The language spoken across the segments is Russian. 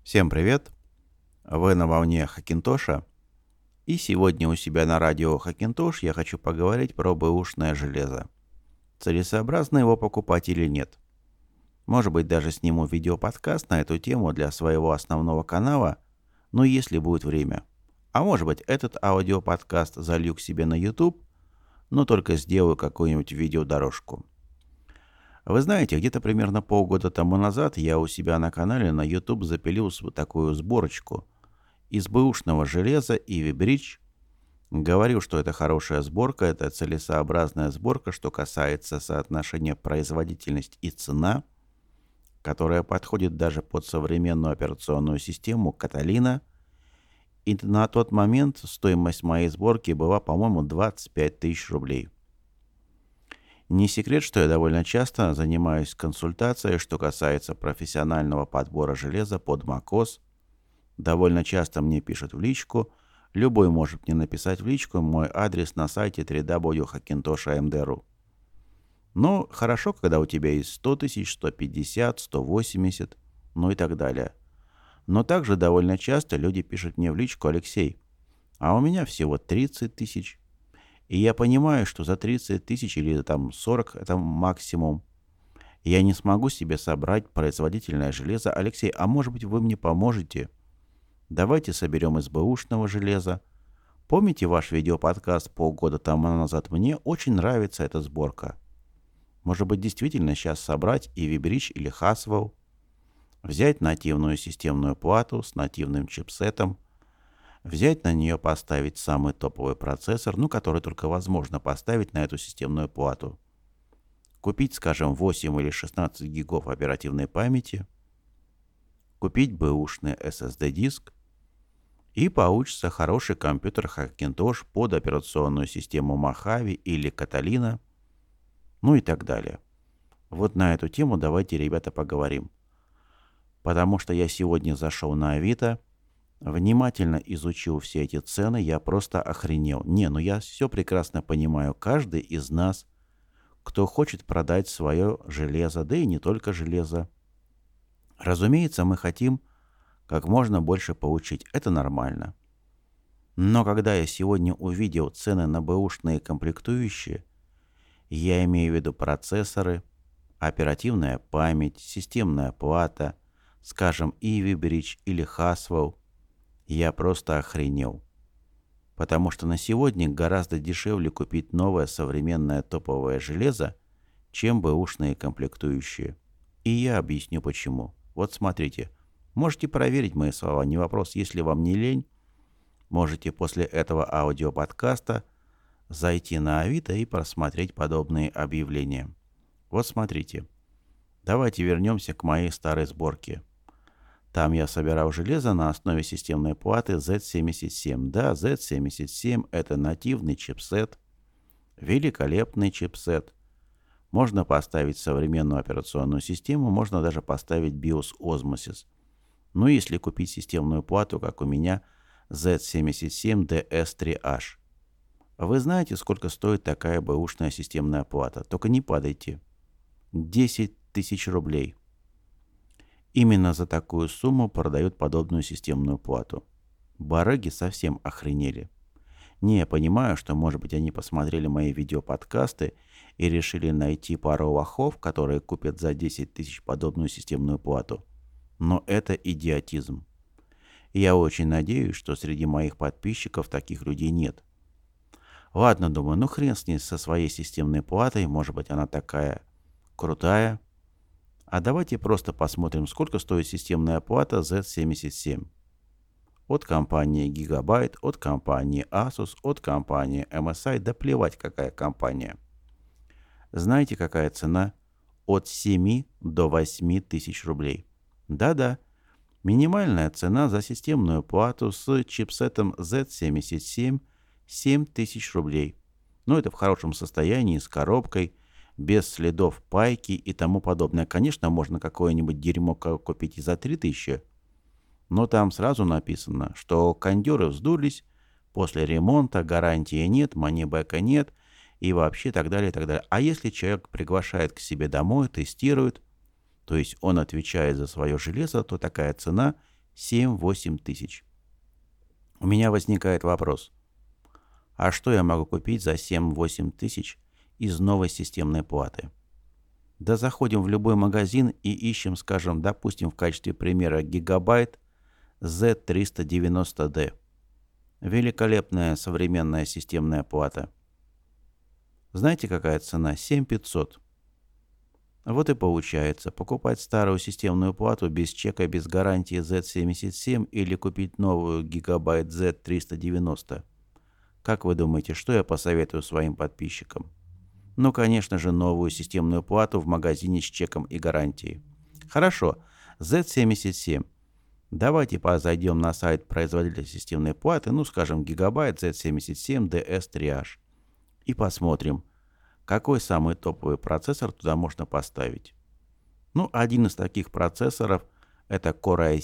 Всем привет! Вы на волне Хакинтоша. И сегодня у себя на радио Хакинтош я хочу поговорить про бэушное железо. Целесообразно его покупать или нет? Может быть, даже сниму видеоподкаст на эту тему для своего основного канала, ну если будет время. А может быть, этот аудиоподкаст залью к себе на YouTube, но только сделаю какую-нибудь видеодорожку. Вы знаете, где-то примерно полгода тому назад я у себя на канале на YouTube запилил такую сборочку из бэушного железа Ivy Bridge. Говорю, что это хорошая сборка, это целесообразная сборка, что касается соотношения производительность и цена, которая подходит даже под современную операционную систему Catalina. И на тот момент стоимость моей сборки была, по-моему, 25 тысяч рублей. Не секрет, что я довольно часто занимаюсь консультацией, что касается профессионального подбора железа под macOS. Довольно часто мне пишут в личку. Любой может мне написать в личку. Мой адрес на сайте www.hackintosh.md.ru. Но хорошо, когда у тебя есть 100 тысяч, 150, 180, ну и так далее. Но также довольно часто люди пишут мне в личку: Алексей, а у меня всего 30 тысяч. И я понимаю, что за 30 тысяч или там 40 это максимум. Я не смогу себе собрать производительное железо. Алексей, а может быть вы мне поможете? Давайте соберем из бэушного железа. Помните ваш видеоподкаст полгода тому назад? Мне очень нравится эта сборка. Может быть, действительно сейчас собрать Ivy Bridge или Haswell, взять нативную системную плату с нативным чипсетом, взять на нее поставить самый топовый процессор, который только возможно поставить на эту системную плату, купить, скажем, 8 или 16 гигов оперативной памяти, купить бэушный SSD-диск, и получится хороший компьютер Hackintosh под операционную систему Mojave или Catalina, ну и так далее. Вот на эту тему давайте, ребята, поговорим. Потому что я сегодня зашел на Авито, внимательно изучил все эти цены, я просто охренел. Я все прекрасно понимаю. Каждый из нас, кто хочет продать свое железо, да и не только железо. Разумеется, мы хотим как можно больше получить. Это нормально. Но когда я сегодня увидел цены на бэушные комплектующие, я имею в виду процессоры, оперативная память, системная плата, скажем, Ivy Bridge или Haswell, я просто охренел. Потому что на сегодня гораздо дешевле купить новое современное топовое железо, чем бэушные комплектующие. И я объясню почему. Вот смотрите, можете проверить мои слова, не вопрос. Если вам не лень, можете после этого аудиоподкаста зайти на Авито и просмотреть подобные объявления. Вот смотрите. Давайте вернемся к моей старой сборке. Там я собирал железо на основе системной платы Z77. Да, Z77 это нативный чипсет. Великолепный чипсет. Можно поставить современную операционную систему, можно даже поставить BIOS Osmosis. Если купить системную плату, как у меня, Z77DS3H. Вы знаете, сколько стоит такая бэушная системная плата? Только не падайте. 10 тысяч рублей. Именно за такую сумму продают подобную системную плату. Барыги совсем охренели. Я понимаю, что, может быть, они посмотрели мои видеоподкасты и решили найти пару лохов, которые купят за 10 тысяч подобную системную плату. Но это идиотизм. Я очень надеюсь, что среди моих подписчиков таких людей нет. Ладно, думаю, хрен с ней со своей системной платой, может быть, она такая крутая. А давайте просто посмотрим, сколько стоит системная плата Z77. От компании Gigabyte, от компании Asus, от компании MSI, да плевать какая компания. Знаете, какая цена? От 7 до 8 тысяч рублей. Да-да, минимальная цена за системную плату с чипсетом Z77 7 тысяч рублей. Это в хорошем состоянии, с коробкой, без следов пайки и тому подобное. Конечно, можно какое-нибудь дерьмо купить и за 3000, но там сразу написано, что кондеры вздулись, после ремонта гарантии нет, манибэка нет и вообще так далее, так далее. А если человек приглашает к себе домой, тестирует, то есть он отвечает за свое железо, то такая цена 7-8 тысяч. У меня возникает вопрос. А что я могу купить за 7-8 тысяч из новой системной платы? Да заходим в любой магазин и ищем, скажем, допустим, в качестве примера Gigabyte Z390D. Великолепная современная системная плата. Знаете, какая цена? 7500. Вот и получается, покупать старую системную плату без чека, без гарантии Z77 или купить новую Gigabyte Z390. Как вы думаете, что я посоветую своим подписчикам? Ну, конечно же, новую системную плату в магазине с чеком и гарантией. Хорошо, Z77. Давайте зайдем на сайт производителя системной платы, ну, скажем, Gigabyte Z77 DS3H, и посмотрим, какой самый топовый процессор туда можно поставить. Ну, один из таких процессоров – это Core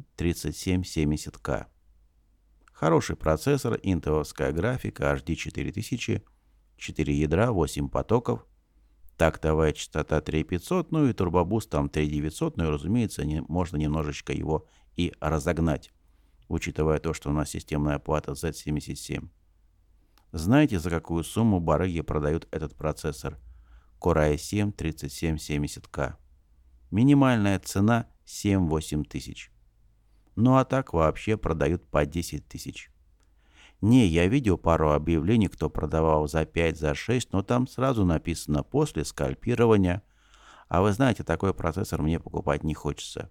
i7-3770K. Хороший процессор, интеловская графика, HD 4000, 4 ядра, 8 потоков, тактовая частота 3500, ну и турбобуст там 3900, ну и, разумеется, можно немножечко его и разогнать, учитывая то, что у нас системная плата Z77. Знаете, за какую сумму барыги продают этот процессор? Core i7-3770K. Минимальная цена 7-8 тысяч. Ну а так вообще продают по 10 тысяч. Не, я видел пару объявлений, кто продавал за 5, за 6, но там сразу написано «после скальпирования». А вы знаете, такой процессор мне покупать не хочется.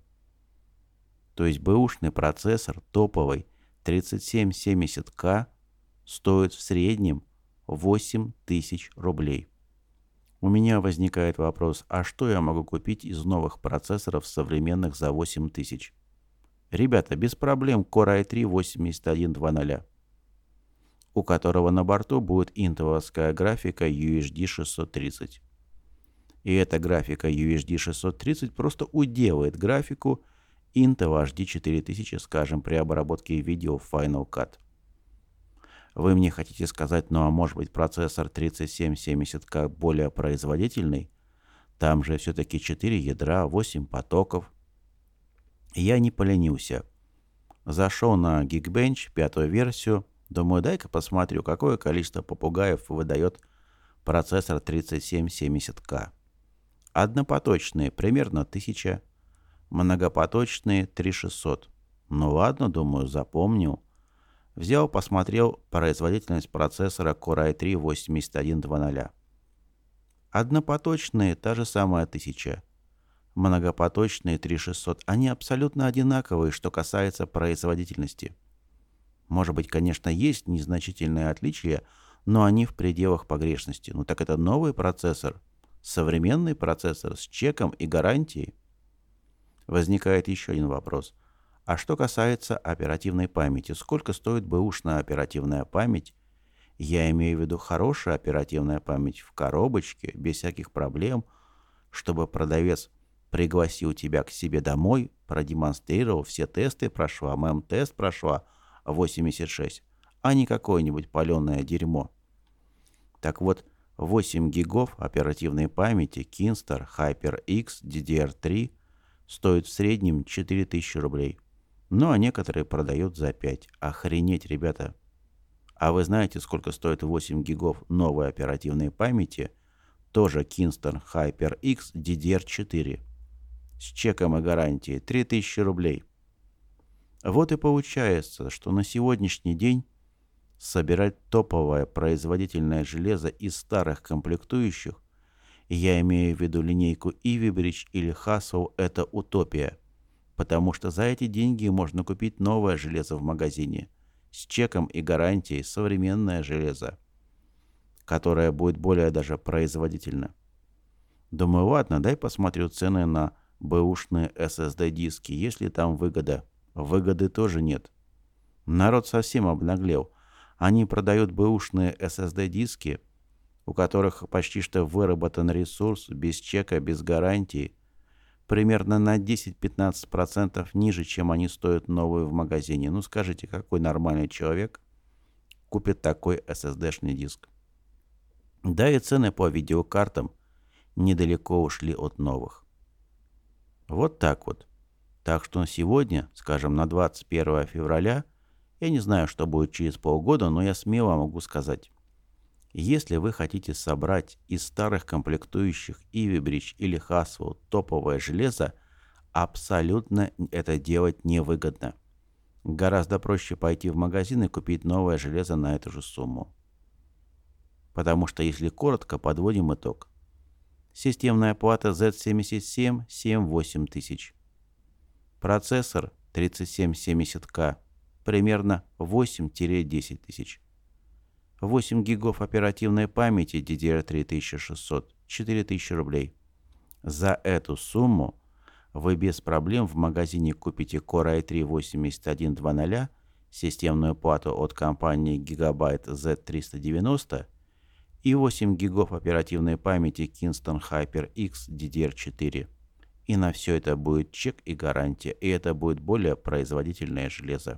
То есть бэушный процессор топовый 3770K стоит в среднем 8 тысяч рублей. У меня возникает вопрос, а что я могу купить из новых процессоров современных за 8 тысяч? Ребята, без проблем Core i3-8100, у которого на борту будет интеловская графика UHD 630. И эта графика UHD 630 просто уделает графику Intel HD 4000, скажем, при обработке видео в Final Cut. Вы мне хотите сказать, ну а может быть процессор 3770K более производительный? Там же все-таки 4 ядра, 8 потоков. Я не поленился. Зашел на Geekbench, 5-ю версию. Думаю, дай-ка посмотрю, какое количество попугаев выдает процессор 3770K. Однопоточные примерно 1000, многопоточные 3600. Ну ладно, думаю, запомнил. Взял, посмотрел производительность процессора Core i3-8100. Однопоточные та же самая 1000. Многопоточные 3600. Они абсолютно одинаковые, что касается производительности. Может быть, конечно, есть незначительные отличия, но они в пределах погрешности. Ну так это новый процессор, современный процессор с чеком и гарантией. Возникает еще один вопрос. А что касается оперативной памяти, сколько стоит бэушная оперативная память? Я имею в виду хорошая оперативная память в коробочке, без всяких проблем, чтобы продавец пригласил тебя к себе домой, продемонстрировал, все тесты прошла, ММ-тест прошла 86, а не какое-нибудь паленое дерьмо. Так вот, 8 гигов оперативной памяти Kingstar HyperX DDR3 стоит в среднем 4000 рублей. Ну а некоторые продают за 5. Охренеть, ребята. А вы знаете, сколько стоит 8 гигов новой оперативной памяти? Тоже Kingston HyperX DDR4. С чеком и гарантией 3000 рублей. Вот и получается, что на сегодняшний день собирать топовое производительное железо из старых комплектующих, я имею в виду линейку Ivy или Haswell, это утопия. Потому что за эти деньги можно купить новое железо в магазине с чеком и гарантией, современное железо, которое будет более даже производительно. Думаю, ладно, дай посмотрю цены на бэушные SSD-диски, есть ли там выгода. Выгоды тоже нет. Народ совсем обнаглел. Они продают бэушные SSD-диски, у которых почти что выработан ресурс, без чека, без гарантии, примерно на 10-15% ниже, чем они стоят новые в магазине. Ну скажите, какой нормальный человек купит такой SSD-шный диск? Да и цены по видеокартам недалеко ушли от новых. Вот так вот. Так что на сегодня, скажем, на 21 февраля, я не знаю, что будет через полгода, но я смело могу сказать, если вы хотите собрать из старых комплектующих Ivy или Haswell топовое железо, абсолютно это делать невыгодно. Гораздо проще пойти в магазин и купить новое железо на эту же сумму. Потому что, если коротко, подводим итог. Системная плата Z77 7-8 тысяч. Процессор 3770K примерно 8-10 тысяч. 8 гигов оперативной памяти DDR3 1600 4000 рублей. За эту сумму вы без проблем в магазине купите Core i3-8100, системную плату от компании Gigabyte Z390 и 8 гигов оперативной памяти Kingston HyperX DDR4. И на все это будет чек и гарантия, и это будет более производительное железо.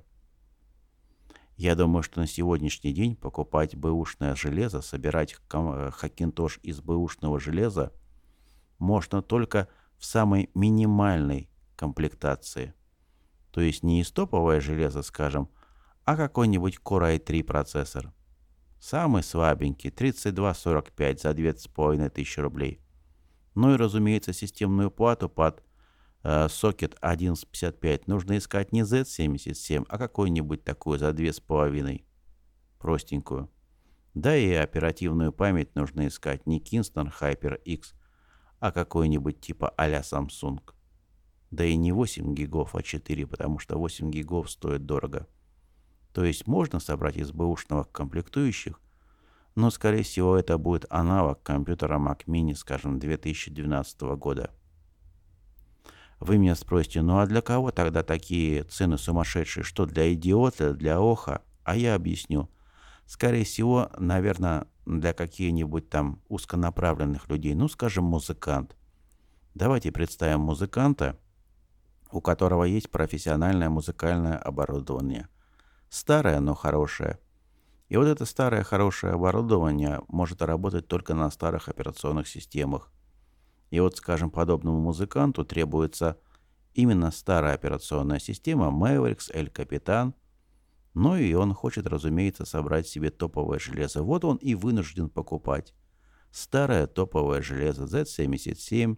Я думаю, что на сегодняшний день покупать бэушное железо, собирать Hackintosh из бэушного железа можно только в самой минимальной комплектации. То есть не из топовое железо, скажем, а какой-нибудь Core i3 процессор. Самый слабенький, 3245 за 2500 рублей. Ну и, разумеется, системную плату под сокет 1155 нужно искать не Z77, а какую-нибудь такую за 2500. Простенькую. Да и оперативную память нужно искать не Kingston HyperX, а какой-нибудь типа а-ля Samsung. Да и не 8 гигов, а 4, потому что 8 гигов стоит дорого. То есть можно собрать из бэушных комплектующих, но скорее всего это будет аналог компьютера Mac Mini, скажем, 2012 года. Вы меня спросите, ну а для кого тогда такие цены сумасшедшие? Что, для идиота, для оха? А я объясню. Скорее всего, наверное, для каких-нибудь там узконаправленных людей. Ну, скажем, музыкант. Давайте представим музыканта, у которого есть профессиональное музыкальное оборудование. Старое, но хорошее. И вот это старое хорошее оборудование может работать только на старых операционных системах. И вот, скажем, подобному музыканту требуется именно старая операционная система Mavericks, El Capitan. Ну и он хочет, разумеется, собрать себе топовое железо. Вот он и вынужден покупать старое топовое железо Z77,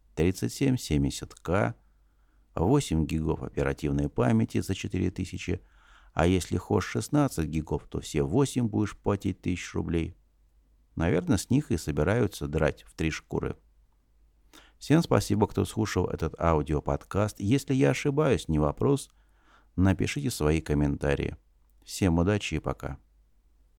3770K, 8 гигов оперативной памяти за 4000. А если хочешь 16 гигов, то все 8 будешь платить 1000 рублей. Наверное, с них и собираются драть в 3 шкуры. Всем спасибо, кто слушал этот аудиоподкаст. Если я ошибаюсь, не вопрос. Напишите свои комментарии. Всем удачи и пока.